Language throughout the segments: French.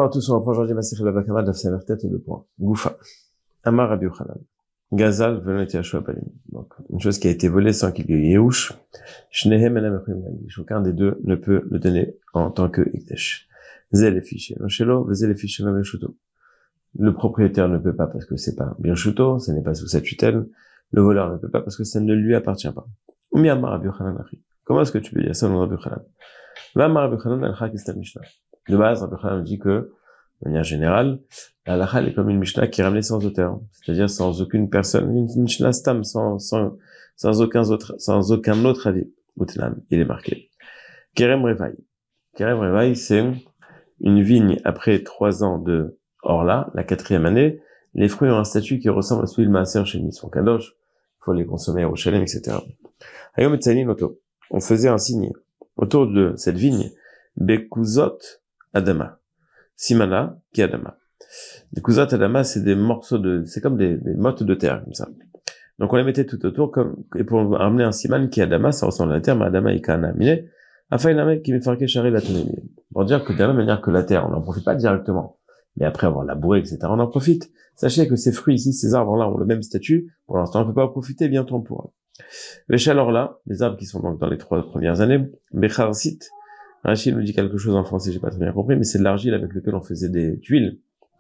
Bonjour à tous, on reprend aujourd'hui Masechet Baba Kama Daf Samer Tête 2 points. Goufa. Amar Rabbi Yochanan. Gazal venait à Shoapalim. Donc, une chose qui a été volée sans qu'il y ait Yehush. Shnehem Enam Echim Lagish. Aucun des deux ne peut le donner en tant que Ikdesh. Zel et fiché. Noshelo, Zel et fiché Mam Shuto. Le propriétaire ne peut pas parce que c'est pas bien Shuto, ce n'est pas sous sa tutelle. Le voleur ne peut pas parce que ça ne lui appartient pas. Umi Amar Rabbi Yochanan Achi. Comment est-ce que tu peux dire ça, mon Rabbi Yochanan? Va Amar Rabbi Yochanan al-Chak Istam Mishnah. De base, Rabbi Yochanan dit que, de manière générale, la halakha est comme une Mishnah qui est ramenée sans auteur. C'est-à-dire sans aucune personne, une Mishnah stam, sans aucun autre avis. Utlan, il est marqué. Kerem Revaï. Kerem Revaï, c'est une vigne après 3 ans de Orla, la 4e année. Les fruits ont un statut qui ressemble à celui de Maaser chez Nisson Kadosh. Il faut les consommer au Shalem, etc. Ayom et Noto. On faisait un signe autour de cette vigne. Bekuzot Adama. Simana qui Adama. Des Kuzot Adama, c'est des morceaux c'est comme des mottes de terre, comme ça. Donc on les mettait tout autour, et pour amener un siman qui Adama, ça ressemble à la terre, mais Adama Ikana Mine, afin d'un mec qui me fait charrer la tonalité. Pour dire que de la même manière que la terre, on n'en profite pas directement. Mais après avoir labouré, etc., on en profite. Sachez que ces fruits ici, ces arbres-là ont le même statut. Pour l'instant, on ne peut pas en profiter, bientôt on pourra. Les chaleurs là, les arbres qui sont donc dans les 3 premières années, Becharsit, Rachid nous dit quelque chose en français, j'ai pas très bien compris, mais c'est de l'argile avec lequel on faisait des tuiles.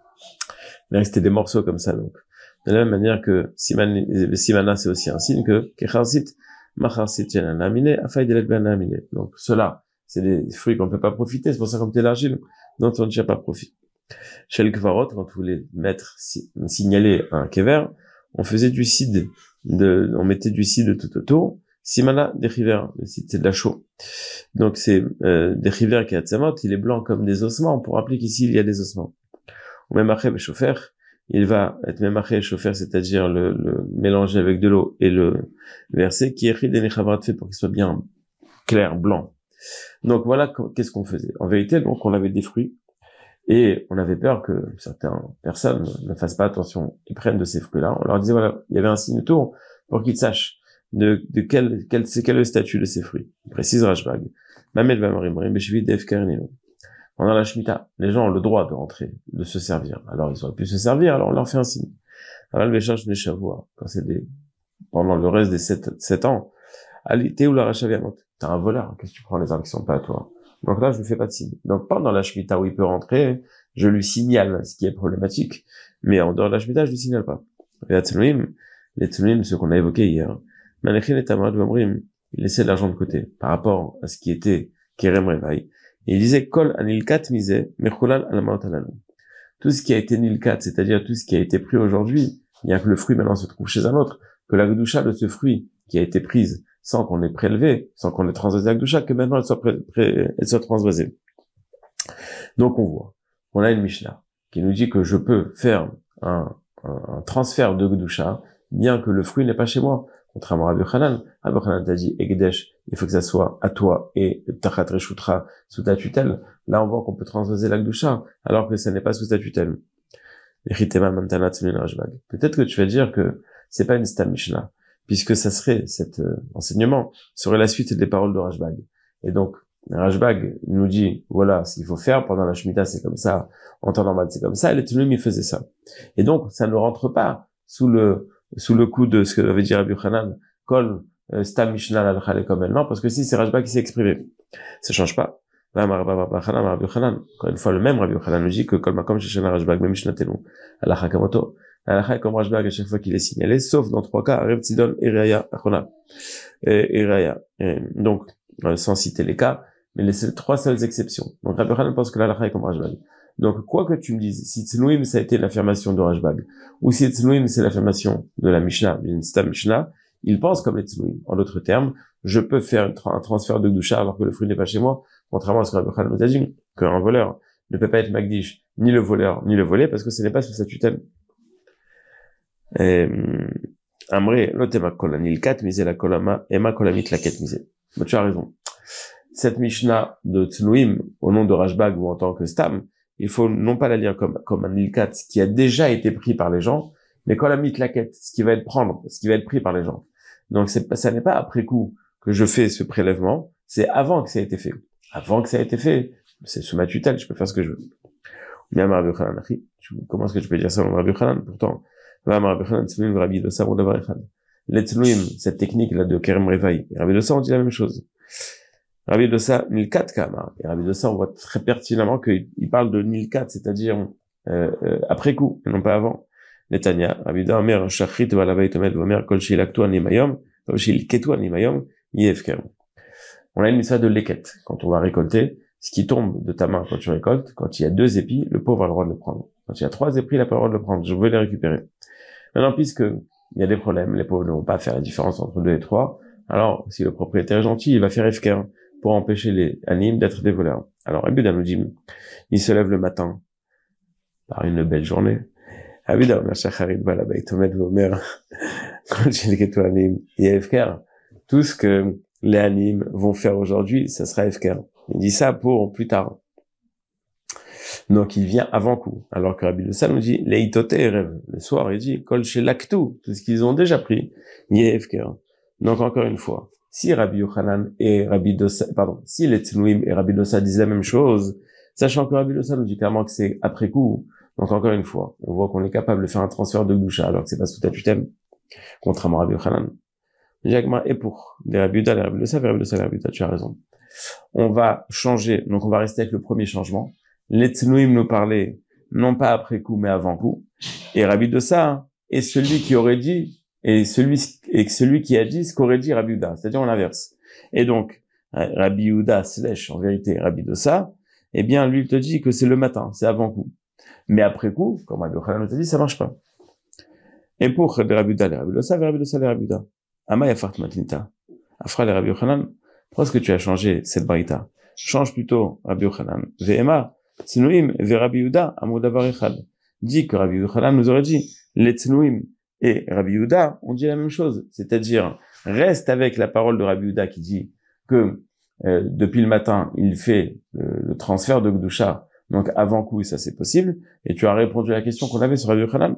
Mais c'était des morceaux comme ça, donc. De la même manière que Simana, c'est aussi un signe que Kecharsit, Macharsit, Jenanamine, Afaidelet Benamine. Donc, cela, c'est des fruits qu'on ne peut pas profiter, c'est pour ça qu'on mettait l'argile, dont on ne tient pas profit. Chez le Kvarot, quand on voulait signaler un kever, on faisait du cidre, on mettait du cidre tout autour. Simana, des rivers, le cidre, c'est de la chaux. Donc c'est des rivers qui a tzamot, il est blanc comme des ossements, pour rappeler qu'ici il y a des ossements. Ou même après chauffer, il va être même après chauffer, c'est-à-dire le mélanger avec de l'eau et le verser, qui est rid et fait pour qu'il soit bien clair, blanc. Donc voilà qu'est-ce qu'on faisait. En vérité, donc on avait des fruits, et on avait peur que certaines personnes ne fassent pas attention, qu'ils prennent de ces fruits-là. On leur disait voilà, il y avait un signe autour pour qu'ils sachent de quel est le statut de ces fruits. Il précise Rashbag. Mamed Vamarim Beshvi Dev Kernino. Pendant la Shemitah, les gens ont le droit de rentrer, de se servir. Alors ils auraient pu se servir, alors on leur fait un signe. Alors le Béchach de Shavua, quand c'est pendant le reste des 7 ans, Ali ou la Rachaviamot. T'as un voleur, qu'est-ce que tu prends les armes qui sont pas à toi? Donc là, je lui fais pas de signe. Donc pendant la Shemitah où il peut rentrer, je lui signale ce qui est problématique, mais en dehors de la Shemitah, je lui signale pas. Et les Tznuim, ceux qu'on a évoqués hier, Manechin et Tamar Vamrim, il laissait de l'argent de côté par rapport à ce qui était Kerem Revaï. Et il disait Kol anilkat misé mechulal alamanot alanou. Tout ce qui a été nilkat, c'est-à-dire tout ce qui a été pris aujourd'hui, bien que le fruit maintenant se trouve chez un autre, que la gdusha de ce fruit qui a été prise sans qu'on ait prélevé, sans qu'on ait transvasé la gdusha, que maintenant elle soit transvasée. Donc on voit, on a une Mishnah qui nous dit que je peux faire un transfert de gdusha, bien que le fruit n'est pas chez moi. Contrairement à Rabbi Yochanan t'a dit Egdesh, il faut que ça soit à toi et Tachat Reshutra sous ta tutelle. Là, on voit qu'on peut transvaser la gdusha, alors que ça n'est pas sous ta tutelle. Peut-être que tu vas dire que c'est pas une Stam Mishnah, puisque ça serait, cet enseignement serait la suite des paroles de Rashbag. Et donc, Rashbag nous dit, voilà, ce qu'il faut faire pendant la Shemitah, c'est comme ça, en temps normal, c'est comme ça, et les Tnuim, ils faisaient ça. Et donc, ça ne rentre pas sous le coup de ce que avait dit Rabbi Yochanan, Kol Stam Mishnah al comme elle, non, parce que si c'est Rashbag qui s'est exprimé, ça change pas. Encore une fois, le même Rabbi Yochanan nous dit que Kol Makom Sheshana Rashbag, même Mishnah Telou, Alacha Kamoto, Alacha comme Rashbag à chaque fois qu'il est signalé, sauf dans 3 cas, Reb Tzidon et Raya Achona. Et Raya. Donc, sans citer les cas, mais les 3 seules exceptions. Donc Rabbi Yochanan pense que l'Alacha est comme Rashbag. Donc, quoi que tu me dises, si Tznuim, ça a été l'affirmation de Rashbag, ou si Tznuim, c'est l'affirmation de la Mishnah, d'une Stam Mishnah, il pense comme les Tznuim. En d'autres termes, je peux faire un transfert de gdusha alors que le fruit n'est pas chez moi, contrairement à ce que Rabbi Yochanan nous a dit, qu'un voleur ne peut pas être Magdish, ni le voleur, ni le volé, parce que ce n'est pas sous sa tutelle. Amré, l'otema kolanil kat misé la kolama, ema kolamit la ket misé. Bon, tu as raison. Cette Mishnah de Tznuim, au nom de Rashbag ou en tant que Stam, il faut non pas la lire comme un ilkat qui a déjà été pris par les gens, mais kolamit la ket, ce qui va être pris par les gens. Donc ça n'est pas après coup que je fais ce prélèvement, c'est avant que ça ait été fait. Avant que ça ait été fait, c'est sous ma tutelle, je peux faire ce que je veux. Mais Amar Rabbi Yochanan, comment est-ce que tu peux dire ça, Rabbi Yochanan? Pourtant, Amar Rabbi Yochanan, Tznuim, Rabbi Dosa, on d'avoir Echad. Les Tznuim, cette technique-là de Kerem Revaï, et Rabbi Dosa, on dit la même chose. Rabbi Dosa, Nilkat Kamar. Et Rabbi Dosa, on voit très pertinemment qu'il parle de Nilkat, c'est-à-dire, après coup, et non pas avant. Netanya, Rabbi Dosa, Omer, Shachrit, Valabay, Tomed, Omer, Kol Shilaktu, Animayom, Kol Shilketu, Animayom, Yefker. On a une mitzvah de leket. Quand on va récolter, ce qui tombe de ta main quand tu récoltes, quand il y a 2 épis, le pauvre a le droit de le prendre. Quand il y a 3 épis, il n'a pas le droit de le prendre. Je veux les récupérer. Maintenant, puisque il y a des problèmes, les pauvres ne vont pas faire la différence entre 2 et 3. Alors, si le propriétaire est gentil, il va faire efker pour empêcher les animes d'être des voleurs. Alors, Rabbi Yehuda nous dit, il se lève le matin par une belle journée. Rabbi Yehuda, Omer Shacharit, Balabay, Tomed, Omer, Kol Shilketu, Anim, Yefker. Tout ce que les animes vont faire aujourd'hui, ça sera efker. Il dit ça pour plus tard. Donc il vient avant coup. Alors que Rabbi Dosa nous dit, leitote rêve. Le soir, il dit, kol shelaktu, tout ce qu'ils ont déjà pris, yefker. Donc encore une fois, si Rabbi Yochanan et Rabbi Dosa, si les Tznuim et Rabbi Dosa disent la même chose, sachant que Rabbi Dosa nous dit clairement que c'est après coup. Donc encore une fois, on voit qu'on est capable de faire un transfert de Gdusha, alors que c'est pas sous tutem, contrairement à Rabbi Yochanan. Et pour des Rabbi Yehuda, les Rabbi Dosa, les Rabbi Dosa, les Rabbi Yehuda, tu as raison. On va changer, donc on va rester avec le premier changement. Les Tznuim nous parlaient, non pas après coup, mais avant coup. Et Rabbi Dosa est celui qui aurait dit, et celui qui a dit ce qu'aurait dit Rabbi Yehuda, c'est-à-dire on inverse. Et donc, Rabbi Yehuda / en vérité Rabbi Dosa, eh bien, lui, il te dit que c'est le matin, c'est avant coup. Mais après coup, comme Rabbi Yochanan nous a dit, ça marche pas. Et pour Rabbi Yehuda, les Rabbi Dosa, les Rabbi Dosa, les Rabbi Yehuda. Ama yafart matnita. Afra les Rabbi Yochanan, pourquoi est-ce que tu as changé cette barita? Change plutôt Rabbi Yochanan. Ve'ema, Tznuim, ve Rabbi Yehuda, amodavar echad. Dis que Rabbi Yochanan nous aurait dit, les Tznuim et Rabbi Yehuda ont dit la même chose. C'est-à-dire, reste avec la parole de Rabbi Yehuda qui dit que, depuis le matin, il fait le transfert de Gdusha. Donc, avant coup, ça c'est possible. Et tu as répondu à la question qu'on avait sur Rabbi Yochanan.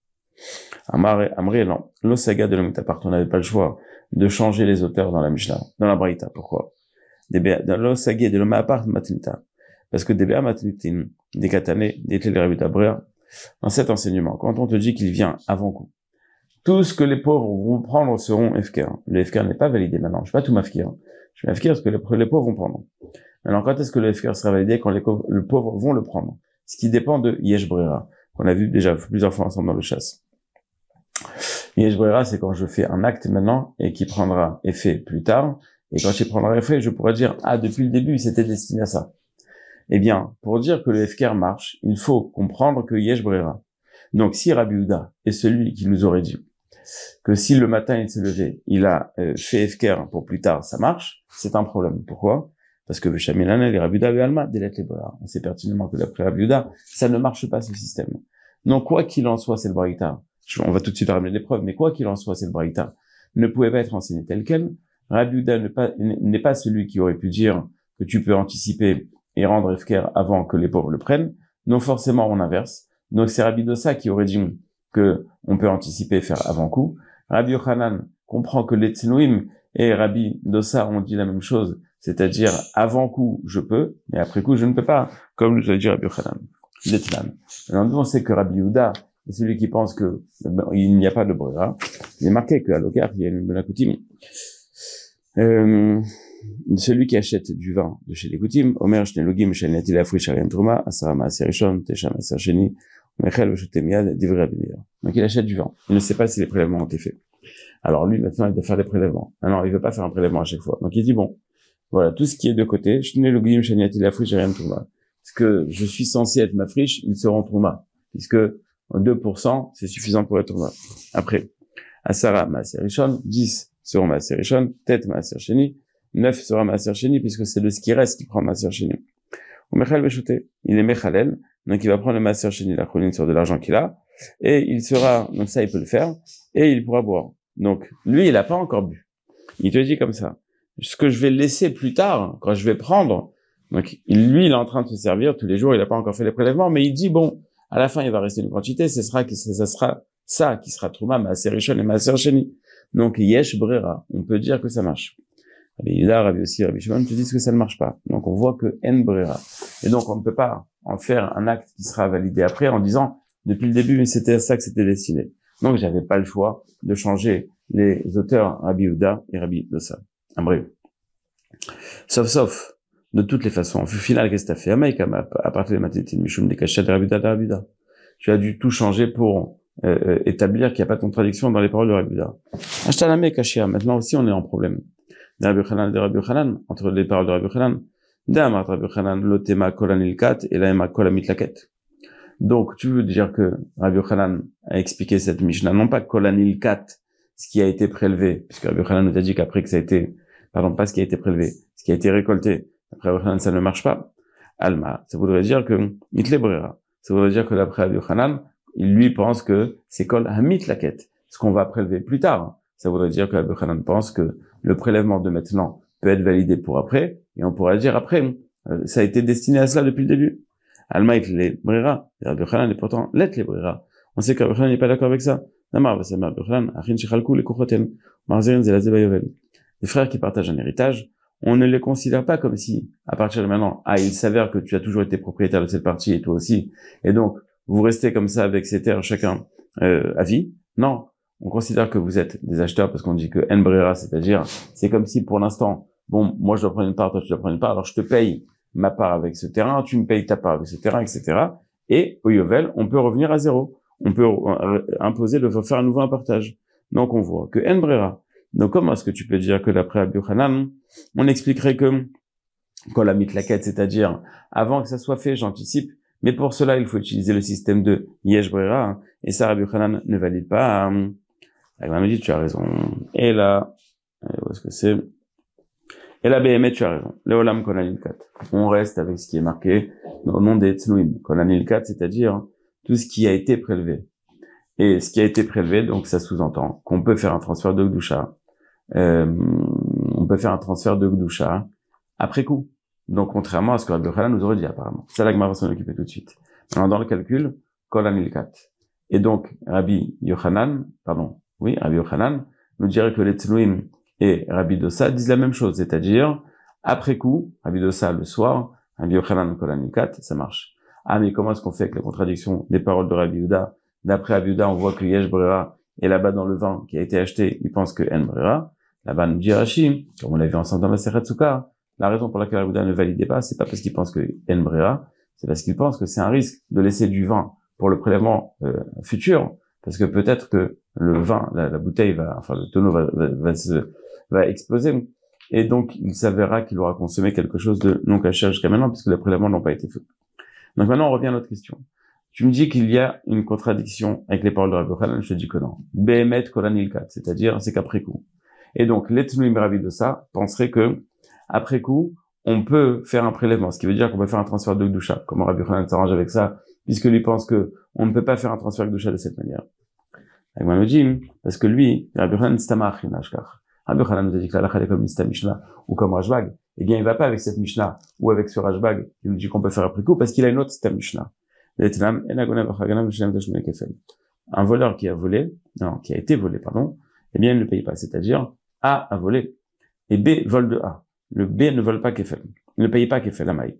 Amré, non. L'osaga de l'Omitapart, on n'avait pas le choix de changer les auteurs dans la Mishnah, dans la Braïta. Pourquoi? Dans l'osaga de l'Omitapart matinita. Parce que des matinitin, des katane, des télérabuta brea, dans cet enseignement, quand on te dit qu'il vient avant coup, tout ce que les pauvres vont prendre seront FK. Le FK n'est pas validé maintenant. Je ne vais pas tout m'afkir. Je vais m'afkir ce que les pauvres vont prendre. Maintenant, quand est-ce que le FK sera validé? Quand les pauvres vont le prendre. Ce qui dépend de Yesh Brera, qu'on a vu déjà plusieurs fois ensemble dans le chasse. Yesh Brera, c'est quand je fais un acte maintenant et qui prendra effet plus tard. Et quand il prendra effet, je pourrais dire, depuis le début, c'était destiné à ça. Eh bien, pour dire que le FK marche, il faut comprendre que Yesh Brera. Donc, si Rabbi Yehuda est celui qui nous aurait dit que si le matin il s'est levé, il a fait FK pour plus tard, ça marche, c'est un problème. Pourquoi? Parce que Shamilan et Rabbi Yehuda et Alma, délet les bolas. On sait pertinemment que d'après Rabbi Yehuda, ça ne marche pas ce système. Donc, quoi qu'il en soit, c'est le Braïta. On va tout de suite ramener des preuves, mais quoi qu'il en soit, c'est le Braïta. Ne pouvait pas être enseigné tel quel. Rabbi Yehuda n'est pas celui qui aurait pu dire que tu peux anticiper et rendre FK avant que les pauvres le prennent. Donc, forcément, on inverse. Donc, c'est Rabbi Dosa qui aurait dit que on peut anticiper et faire avant coup. Rabbi Yochanan comprend que les Tznuim et Rabbi Dosa ont dit la même chose, c'est-à-dire avant coup je peux, mais après coup je ne peux pas, comme nous a dit Rabbi Yochanan. Alors nous on sait que Rabbi Yehuda est celui qui pense que il n'y a pas de brera. Il est marqué qu'à l'Okar il y a une bonne coutume. Celui qui achète du vin de chez les coutumes, Omer Shnelogim Shanati la Frish Ariam Truma, Asara Maaser Rishon, Tesha Maaser Sheni. Donc il achète du vin. Il ne sait pas si les prélèvements ont été faits. Alors lui, maintenant, il doit faire des prélèvements. Alors, il veut pas faire un prélèvement à chaque fois. Donc il dit, bon, voilà, tout ce qui est de côté, ce que je suis censé être ma friche, ils seront trouma. Puisque 2%, c'est suffisant pour être trouma. Après, Asara Maaser Rishon, 10 seront Maaser Rishon, Tet Maaser Sheni, 9 sera Maaser Sheni, puisque c'est de ce qui reste qui prend Maaser Sheni. Il est Mechalel, donc il va prendre le Maaser Sheni, la colline sur de l'argent qu'il a, et il sera, donc ça il peut le faire, et il pourra boire. Donc lui il n'a pas encore bu. Il te dit comme ça, ce que je vais laisser plus tard, quand je vais prendre, donc lui il est en train de se servir tous les jours, il n'a pas encore fait les prélèvements, mais il dit bon, à la fin il va rester une quantité, ça sera ça qui sera Trouma, Maaser Rishon et Maaser Sheni. Donc Yesh Brera, on peut dire que ça marche. Rabbi Yehuda, Rabbi aussi, Rabbi Shimon te disent que ça ne marche pas. Donc on voit que En Brera. Et donc on ne peut pas en faire un acte qui sera validé après en disant, depuis le début, mais c'était à ça que c'était destiné. Donc, j'avais pas le choix de changer les auteurs Rabbi Yehuda et Rabbi Dossa. En bref. Sauf, de toutes les façons. Au final, qu'est-ce que t'as fait? À partir de Mathétine, Mishum des Kachat de Rabbi Yehuda de Rabbi Yehuda. Tu as dû tout changer pour établir qu'il n'y a pas de contradiction dans les paroles de Rabbi Yehuda. Ashtaname Kashia. Maintenant aussi, on est en problème. De Rabbi Yochanan, entre les paroles de Rabbi Yochanan. D'Amar Rabbi Yochanan, l'otema kolanilkat et l'aema kolamitlaket. Donc, tu veux dire que Rabbi Yochanan a expliqué cette Mishnah, non pas kolanilkat, ce qui a été prélevé, puisque Rabbi Yochanan nous a dit qu'après que ça a été, pardon, pas ce qui a été prélevé, ce qui a été récolté, après Rabbi Yochanan, ça ne marche pas. Alma, ça voudrait dire que mitlebrera. Ça voudrait dire que d'après Rabbi Yochanan, il lui pense que c'est kol hamitlaket, ce qu'on va prélever plus tard. Ça voudrait dire que Rabbi Yochanan pense que le prélèvement de maintenant peut être validé pour après, et on pourrait dire après, ça a été destiné à cela depuis le début. Alma it les brera, Rabbi Yochanan est pourtant let les brera. On sait que Rabbi Yochanan n'est pas d'accord avec ça. Namar v'samar Rabbi Yochanan, achin shechalku lekuchotem, marzerin zelazé bayovel. Les frères qui partagent un héritage, on ne les considère pas comme si, à partir de maintenant, il s'avère que tu as toujours été propriétaire de cette partie et toi aussi, et donc vous restez comme ça avec ces terres chacun à vie. Non, on considère que vous êtes des acheteurs parce qu'on dit que en brera, c'est-à-dire c'est comme si pour l'instant, bon, moi je dois prendre une part, toi tu dois prendre une part, alors je te paye ma part avec ce terrain, tu me payes ta part avec ce terrain, etc. Et au Yovel, on peut revenir à zéro. On peut imposer de faire un nouveau partage. Donc on voit que en brera. Donc comment est-ce que tu peux dire que d'après Rabbi Yochanan, on expliquerait que kol hamitlaket, c'est-à-dire avant que ça soit fait, j'anticipe, mais pour cela il faut utiliser le système de yesh brera, hein, et ça Rabbi Yochanan ne valide pas. Elle me dit tu as raison. Et là, où est-ce que c'est? Et là, BME, tu as raison. Leolam Konanilkat. On reste avec ce qui est marqué au nom des Tznuim. Konanilkat, c'est-à-dire tout ce qui a été prélevé. Et ce qui a été prélevé, donc ça sous-entend qu'on peut faire un transfert de Gdusha. On peut faire un transfert de Gdusha après coup. Donc, contrairement à ce que Rabbi Yochanan nous aurait dit, apparemment. Ça, la Gemara va s'en occuper tout de suite. Alors, dans le calcul, Konanilkat. Et donc, Rabbi Yochanan nous dirait que les Tznuim et Rabbi Dossa disent la même chose, c'est-à-dire, après coup, Rabbi Dossa le soir, Rabbi Yochanan Kolanikat, ça marche. Ah, mais comment est-ce qu'on fait avec la contradiction des paroles de Rabbi Yehuda? D'après Rabbi Yehuda, on voit que Yesh Brera, et là-bas dans le vin qui a été acheté, il pense que En Brera. Là-bas, nous dit Rashi, comme on l'a vu ensemble dans la Sechet Sukkah, la raison pour laquelle Rabbi Yehuda ne validait pas, c'est pas parce qu'il pense que En Brera, c'est parce qu'il pense que c'est un risque de laisser du vin pour le prélèvement futur, parce que peut-être que le vin, la bouteille le tonneau va exploser. Et donc, il s'avérera qu'il aura consommé quelque chose de non caché jusqu'à maintenant, puisque les prélèvements n'ont pas été faits. Donc maintenant, on revient à notre question. Tu me dis qu'il y a une contradiction avec les paroles de Rabbi Yochanan, je te dis que non. Behemet kolanilkat, c'est-à-dire, c'est qu'après coup. Et donc, l'Etznuim Rabbi de ça penserait que, après coup, on peut faire un prélèvement, ce qui veut dire qu'on peut faire un transfert de Gdusha. Comment Rabbi Yochanan s'arrange avec ça, puisque lui pense que on ne peut pas faire un transfert de Gdusha de cette manière. Avec Manojim, parce que lui, Rabbi Yochanan stamach inashkach. Rabbi Yochanan nous a dit que la halakha est comme une Mishnah, ou comme Rashbag. Eh bien, il va pas avec cette Mishnah, ou avec ce Rashbag, qui nous dit qu'on peut faire après coup, parce qu'il a une autre Stam Mishnah. Un voleur qui a été volé, eh bien, il ne paye pas. C'est-à-dire, A a volé, et B vole de A. Le B ne vole pas Kefel. Il ne paye pas Kefel, Amaï.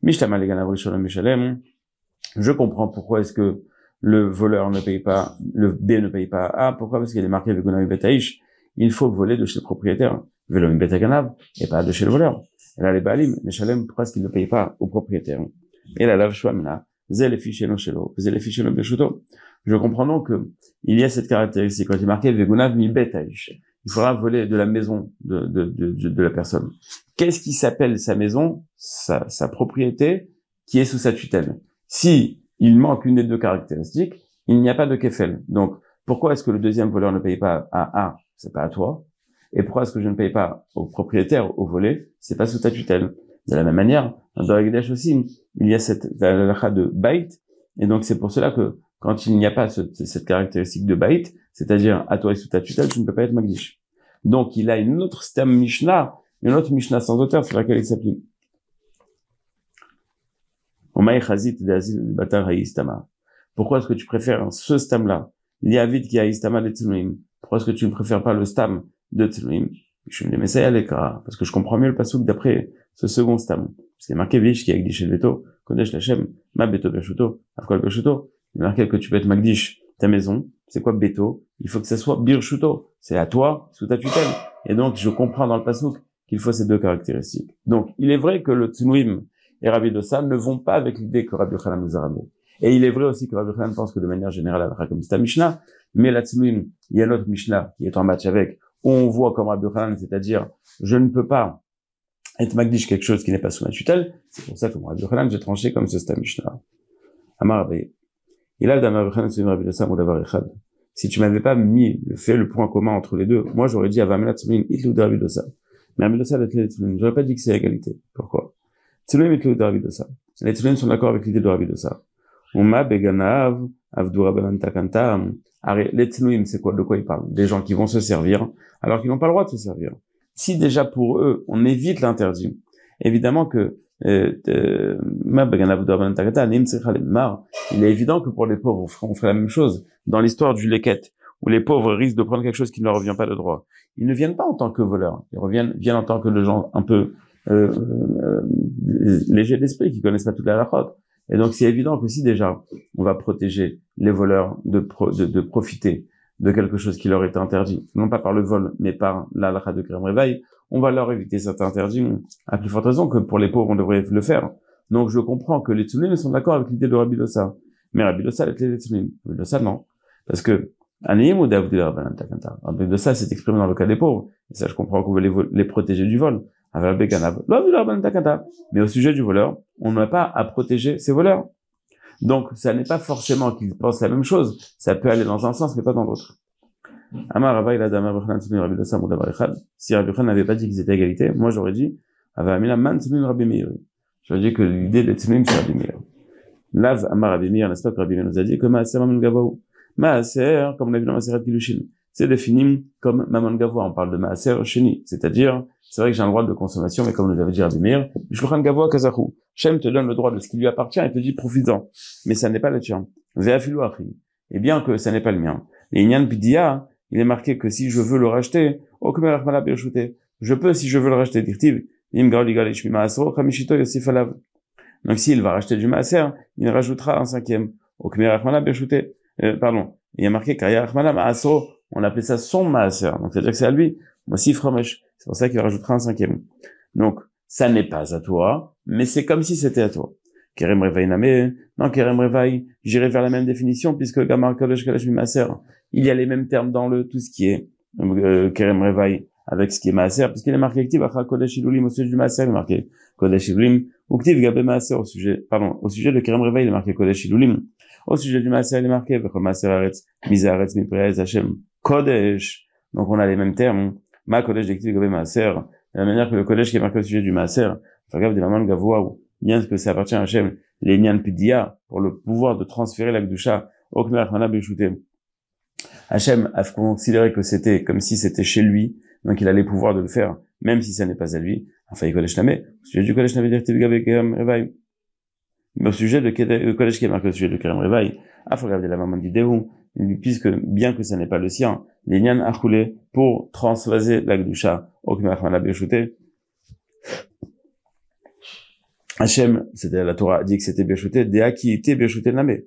Je comprends pourquoi est-ce que le voleur ne paye pas, le B ne paye pas A. Pourquoi? Parce qu'il est marqué avec Gonavi Betaïch. Il faut voler de chez le propriétaire. Veloim Betaganav, et pas de chez le voleur. Et là, les Baalim, les Shalem, pourquoi est-ce qu'il ne paye pas au propriétaire? Et là, Lav Shwamina, je comprends donc que il y a cette caractéristique. Quand il est marqué Vegunav mi Betaïch, il faudra voler de la maison de la personne. Qu'est-ce qui s'appelle sa maison, sa propriété, qui est sous sa tutelle? Si il manque une des deux caractéristiques, il n'y a pas de kefel. Donc, pourquoi est-ce que le deuxième voleur ne paye pas à A? C'est pas à toi. Et pourquoi est-ce que je ne paye pas au propriétaire, au volé? C'est pas sous ta tutelle. De la même manière, dans Haggadah aussi, il y a cette halakha de bait. Et donc, c'est pour cela que quand il n'y a pas cette caractéristique de bait, c'est-à-dire à toi et sous ta tutelle, tu ne peux pas être magdish. Donc, il a une autre stam Mishnah, une autre Mishnah sans auteur sur laquelle il s'applique. Pourquoi est-ce que tu préfères ce stam-là? Liavid qui a istama de Tznuim. Pourquoi est-ce que tu ne préfères pas le stam de Tznuim? Je me dis, mais ça y est, parce que je comprends mieux le passouk d'après ce second stam. C'est marqué Vish qui est Agdish el Beto, Kodesh Lachem, Ma Beto Bershuto, Afkol Bershuto. Il est marqué que tu peux être Magdish, ta maison. C'est quoi Beto? Il faut que ça soit Birshuto. C'est à toi, sous ta tutelle. Et donc, je comprends dans le Passouk qu'il faut ces deux caractéristiques. Donc, il est vrai que le Tsunuim et Rabbi Dossa ne vont pas avec l'idée que Rabbi Yochanan nous a ramené. Et il est vrai aussi que Rabbi Yochanan pense que de manière générale, elle comme c'est un Mishnah, mais la Tsunuim, il y a notre Mishnah qui est en match avec, où on voit comme Rabbi Yochanan, c'est-à-dire, je ne peux pas être Magdish quelque chose qui n'est pas sous ma tutelle. C'est pour ça que Rabbi Yochanan, j'ai tranché comme c'est un Mishnah. Amar Rabbi. Il a d'Amar Yochanan, c'est une Rabbi Dossa, ou d'avoir Echad. Si tu m'avais pas fait le point commun entre les deux, moi j'aurais dit Avamela Tsunuim, Itlou de Rabbi Dossa. Mais Rabbi Dossa, j'aurais pas dit que c'est égalité. Pourquoi? Tsunuim Itlou de Rabbi Dossa. Les Tsunuim sont d'accord avec l'idée de Rabbi Dossa. Uma beganav avdura banantakanta. Les Tsunuim, c'est quoi? De quoi ils parlent? Des gens qui vont se servir, alors qu'ils n'ont pas le droit de se servir. Si déjà pour eux, on évite l'interdit, évidemment que il est évident que pour les pauvres, on ferait la même chose. Dans l'histoire du leket, où les pauvres risquent de prendre quelque chose qui ne leur revient pas de droit, ils ne viennent pas en tant que voleurs, ils viennent en tant que des gens un peu légers d'esprit, qui connaissent pas toute la halakha. Et donc c'est évident que si déjà on va protéger les voleurs de profiter de quelque chose qui leur est interdit, non pas par le vol, mais par la halakha de Kerem Revaï, on va leur éviter cet interdit, à plus forte raison que pour les pauvres, on devrait le faire. Donc je comprends que les Tsunim sont d'accord avec l'idée de Rabbi Dossa. Mais Rabbi Dossa, les Tsunim. Rabbi Dossa, non. Parce que, Rabbi Dossa s'est exprimé dans le cas des pauvres. Et ça, je comprends qu'on veut les protéger du vol. Mais au sujet du voleur, on n'a pas à protéger ces voleurs. Donc, ça n'est pas forcément qu'ils pensent la même chose. Ça peut aller dans un sens, mais pas dans l'autre. Amar Rava il a d'Amar Yochanan Tsunuim Rabbi Dossa Moudavar Echad. Si Rabbi Yochanan n'avait pas dit qu'ils étaient à égalité, moi j'aurais dit Avamila Man Tsunuim Rabbi Meir. J'aurais dit que l'idée des Tsunuim c'est Rabbi Meir. Lav Amar Rabbi Meir, n'est-ce pas que Rabbi Meir nous a dit que Maaser Maman Gavaou. Maaser, comme on a vu dans Maaserat Kilushin, c'est défini comme Maman Gavoa. On parle de Maaser Sheni, c'est-à-dire c'est vrai que j'ai un droit de consommation, mais comme nous avait dit Rabbi Meir, Shulchan Gavoa Kazachou. Shem te donne le droit de ce qui lui appartient et te dit profites-en, mais ça n'est pas le tien. Ve'afilu Achi. Et bien que ça n'est pas le mien. Les Inyan Pidia, il est marqué que si je veux le racheter, je peux si je veux le racheter. Donc s'il va racheter du maaser, il rajoutera un cinquième. Pardon, il y a marqué on appelait ça son maaser. Donc c'est-à-dire que c'est à lui. Moi aussi fromesh. C'est pour ça qu'il rajoutera un cinquième. Donc ça n'est pas à toi, mais c'est comme si c'était à toi. Kerem Revaï Name, non, Kerem Revaï, j'irai vers la même définition, puisque Gamar Kodesh Kalesh Maaser, il y a les mêmes termes dans tout ce qui est Kerem Revaï, avec ce qui est Maaser, puisqu'il est marqué Ktiv Achra Kodesh Ilulim, au sujet du Maaser, il est marqué Kodesh Ilulim, ou Ktiv Gabé Maaser, au sujet de Kerem Revaï, il est marqué Kodesh Ilulim, au sujet du Maaser, il est marqué Vechol Maaser Aretz, Mize Aretz Mipreez Hashem, Kodesh. Donc on a les mêmes termes, Ma Kodesh de Ktiv Gabé Maaser, de la manière que le Kodesh qui est marqué au sujet du Maaser, Fagav de Maman Gavoa, bien que ça appartient à Hachem, les Nyan Pidia, pour le pouvoir de transférer la Kedusha, au Khmer Achmana Beshouté. Hachem a considéré que c'était comme si c'était chez lui, donc il a les pouvoirs de le faire, même si ça n'est pas à lui. Enfin, il Kodesh Namé, au sujet du Kodesh Namé d'Irtiv Gabé Kerem Revaï. Mais au sujet de Kodesh qui est marqué au sujet de Kerem Revaï, faut regarder la maman du Déhou, puisque, bien que ça n'est pas le sien, les Nyan a roulé pour transvaser la Kedusha, au Khmer Achmana Beshouté. Hachem, c'était la Torah, a dit que c'était Béchouté, Déa qui était Béchouté Namé.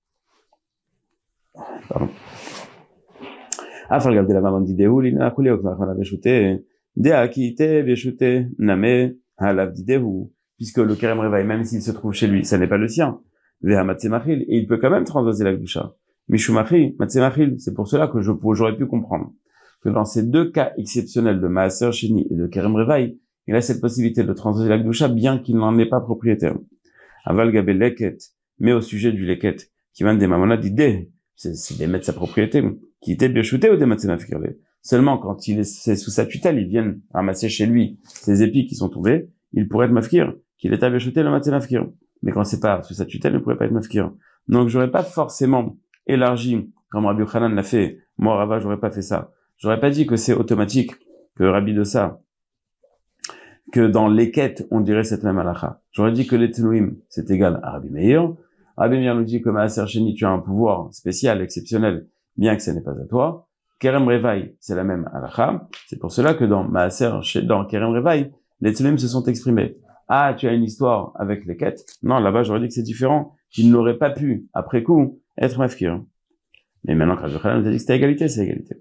Pardon. Afin de regarder la maman d'Idéou, l'ina coulé au Kmarchana Béchouté, Déa qui était Béchouté Namé, Halav d'Idéou, puisque le Kerem Revaï, même s'il se trouve chez lui, ça n'est pas le sien. Véha Matsemachil, et il peut quand même transvaser la Kedusha. Mishumachi, Matsemachil, c'est pour cela que j'aurais pu comprendre que dans ces deux cas exceptionnels de Maaser Sheni et de Kerem Revaï, il a cette possibilité de transvaser la Kedusha, bien qu'il n'en est pas propriétaire. Aval Gabé Leket, mais au sujet du Leket, qui vient des Mamona d'idée, c'est d'émettre sa propriété, qui était Béchouté ou des Matsemafkirle. Seulement quand c'est sous sa tutelle, ils viennent ramasser chez lui ces épis qui sont tombés, il pourrait être mafkir, qu'il est à Béchouté le Matsemafkir. Mais quand c'est pas sous sa tutelle, il ne pourrait pas être mafkir. Donc j'aurais pas forcément élargi, comme Rabbi Yochanan l'a fait. Moi, Rava, j'aurais pas fait ça. J'aurais pas dit que c'est automatique, que Rabbi Dossa, que dans l'Eket, on dirait cette même halakha. J'aurais dit que les Tsunuim, c'est égal à Rabbi Meir. Rabbi Meir nous dit que Maaser Sheni, tu as un pouvoir spécial, exceptionnel, bien que ce n'est pas à toi. Kerem Revaï, c'est la même halakha. C'est pour cela que dans Kerem Revaï, les Tsunuim se sont exprimés. ah, tu as une histoire avec les quêtes. Non, là-bas, j'aurais dit que c'est différent, qu'il n'aurait pas pu, après coup, être mafkir. Mais maintenant, quand Rabbi Yochanan nous a dit que c'était égalité, c'est égalité.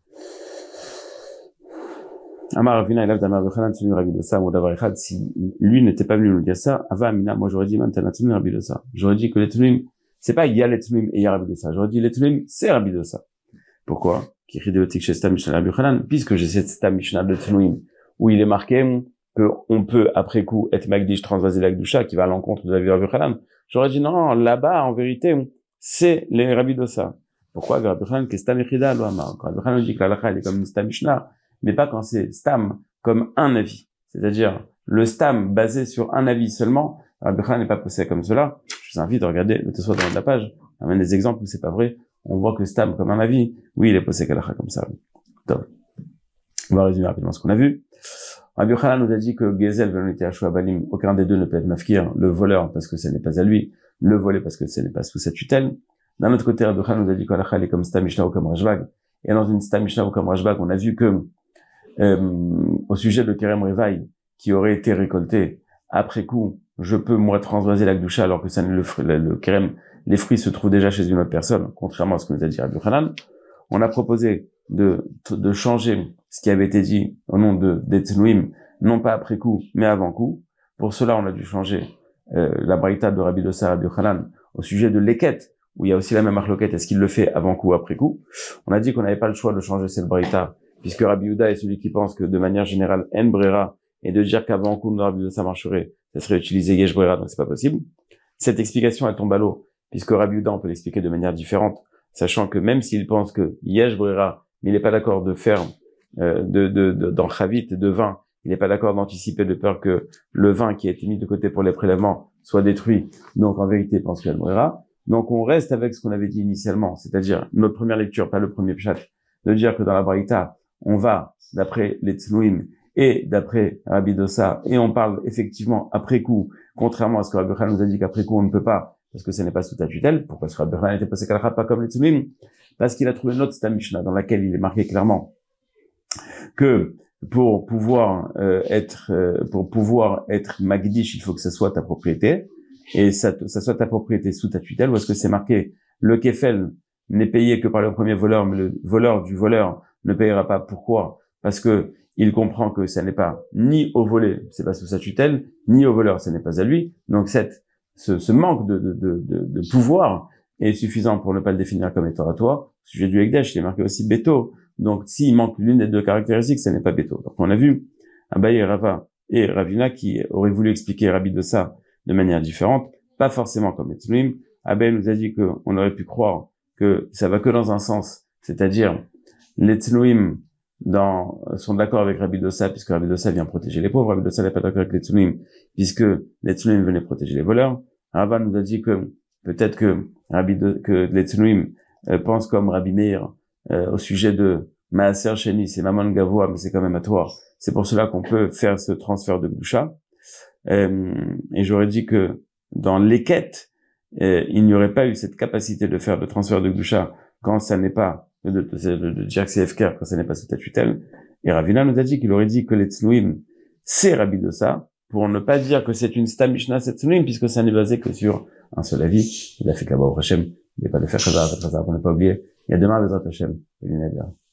Amar Ravina et Rabbi Yochanan tenu Rabbi Dosa, ou d'avoir Echad, si lui n'était pas venu nous dire ça, Ava Amina, moi j'aurais dit, maintenant, tenu Rabbi Dosa. J'aurais dit que les Tnuim, c'est pas il y a les Tnuim et il y a Rabbi Dosa. J'aurais dit les Tnuim, c'est Rabbi Dosa. Pourquoi? Puisque j'ai cette Stam Mishnah de Tnuim, où il est marqué qu'on peut, après coup, être Magdish transvaser la Gdusha, qui va à l'encontre de la vie de Rabbi Yochanan. J'aurais dit non, là-bas, en vérité, c'est les Rabbi Dosa. Pourquoi? Rabbi Yochanan, que Stam Echida, lo Amar. Rabbi Yochanan dit que la Lacha, elle est comme une Stam Mishnah, mais pas quand c'est Stam, comme un avis. C'est-à-dire, le Stam basé sur un avis seulement, Rabbi Yochanan n'est pas posé comme cela. Je vous invite à regarder le Tosfot dans la page. On amène des exemples où c'est pas vrai. On voit que Stam, comme un avis, oui, il est posé Kalacha comme ça. Donc, on va résumer rapidement ce qu'on a vu. Rabbi Yochanan nous a dit que Gezel, Velonité, Ashua, Balim, aucun des deux ne peut être mafkir, le voleur parce que ce n'est pas à lui, le volé parce que ce n'est pas sous sa tutelle. D'un autre côté, Rabbi Yochanan nous a dit qu'Alacha est comme Stam Mishnah ou comme Rashbag. Et dans une Stam Mishnah ou comme Rashbag, on a vu que, au sujet de Kerem Revaï, qui aurait été récolté après coup, je peux, moi, transvaser la Gdusha alors que ça le Kerem, les fruits se trouvent déjà chez une autre personne, contrairement à ce que nous a dit Rabbi Yochanan. On a proposé de changer ce qui avait été dit au nom des Tnuim, non pas après coup, mais avant coup. Pour cela, on a dû changer la braïta de Rabbi Dosa, Rabbi Yochanan, au sujet de l'équette, où il y a aussi la même marloquette, est-ce qu'il le fait avant coup ou après coup. On a dit qu'on n'avait pas le choix de changer cette braïta, puisque Rabbi Yehuda est celui qui pense que de manière générale, en brera, et de dire qu'avant coup, Rabbi Dosa marcherait, ça serait utiliser yesh brera, donc c'est pas possible. Cette explication, elle tombe à l'eau, puisque Rabbi Yehuda, on peut l'expliquer de manière différente, sachant que même s'il pense que yesh brera, mais il n'est pas d'accord de faire dans chavit de vin, il n'est pas d'accord d'anticiper de peur que le vin qui a été mis de côté pour les prélèvements soit détruit. Donc en vérité, il pense qu'il mourra. Donc on reste avec ce qu'on avait dit initialement, c'est-à-dire notre première lecture, pas le premier pshat, de dire que dans la Braïta, on va d'après les Tnuim et d'après Rabbi Dosa, et on parle effectivement après coup, contrairement à ce que Rabbi Yochanan nous a dit qu'après coup on ne peut pas, parce que ce n'est pas sous ta tutelle. Pourquoi ce que Rabbi Yochanan n'était passé Kalachat pas comme les Tnuim? Parce qu'il a trouvé une autre Stam Mishnah dans laquelle il est marqué clairement que pour pouvoir être Magdish, il faut que ça soit ta propriété, et ça soit ta propriété sous ta tutelle, ou est-ce que c'est marqué le kefel n'est payé que par le premier voleur, mais le voleur du voleur ne payera pas. Pourquoi? Parce que il comprend que ça n'est pas ni au volé, c'est pas sous sa tutelle, ni au voleur, ce n'est pas à lui. Donc ce manque de pouvoir est suffisant pour ne pas le définir comme étant à toi. Au sujet du Ekdesh, il est marqué aussi Beto. Donc s'il manque l'une des deux caractéristiques, ce n'est pas Beto. Donc on a vu Abaye, Rava et Ravina qui auraient voulu expliquer Rabbi Dosa de manière différente, pas forcément comme les Tnuim. Abaye nous a dit qu'on aurait pu croire que ça va que dans un sens, c'est-à-dire les Tnuim sont d'accord avec Rabbi Dosa puisque Rabbi Dosa vient protéger les pauvres. Rabbi Dosa n'est pas d'accord avec les Tnuim puisque les Tnuim venaient protéger les voleurs. Rava nous a dit que peut-être que les Tnuim pensent comme Rabbi Meir au sujet de Maaser Sheni, c'est Maman Gavoa, mais c'est quand même à toi. C'est pour cela qu'on peut faire ce transfert de Gdusha. Et j'aurais dit que dans l'équette, il n'y aurait pas eu cette capacité de faire le transfert de Gdusha quand ça n'est pas, de dire que c'est FKR quand ça n'est pas sous ta tutelle. Et Ravina nous a dit qu'il aurait dit que les Tnuim, c'est Rabbi Dosa, pour ne pas dire que c'est une Stam Mishnah, c'est Tnuim, puisque ça n'est basé que sur un seul avis. Il a fait qu'à Baruch Hashem, il n'est pas de faire Chazar, pour ne pas oublier. Il y a demain, Bezrat Hashem,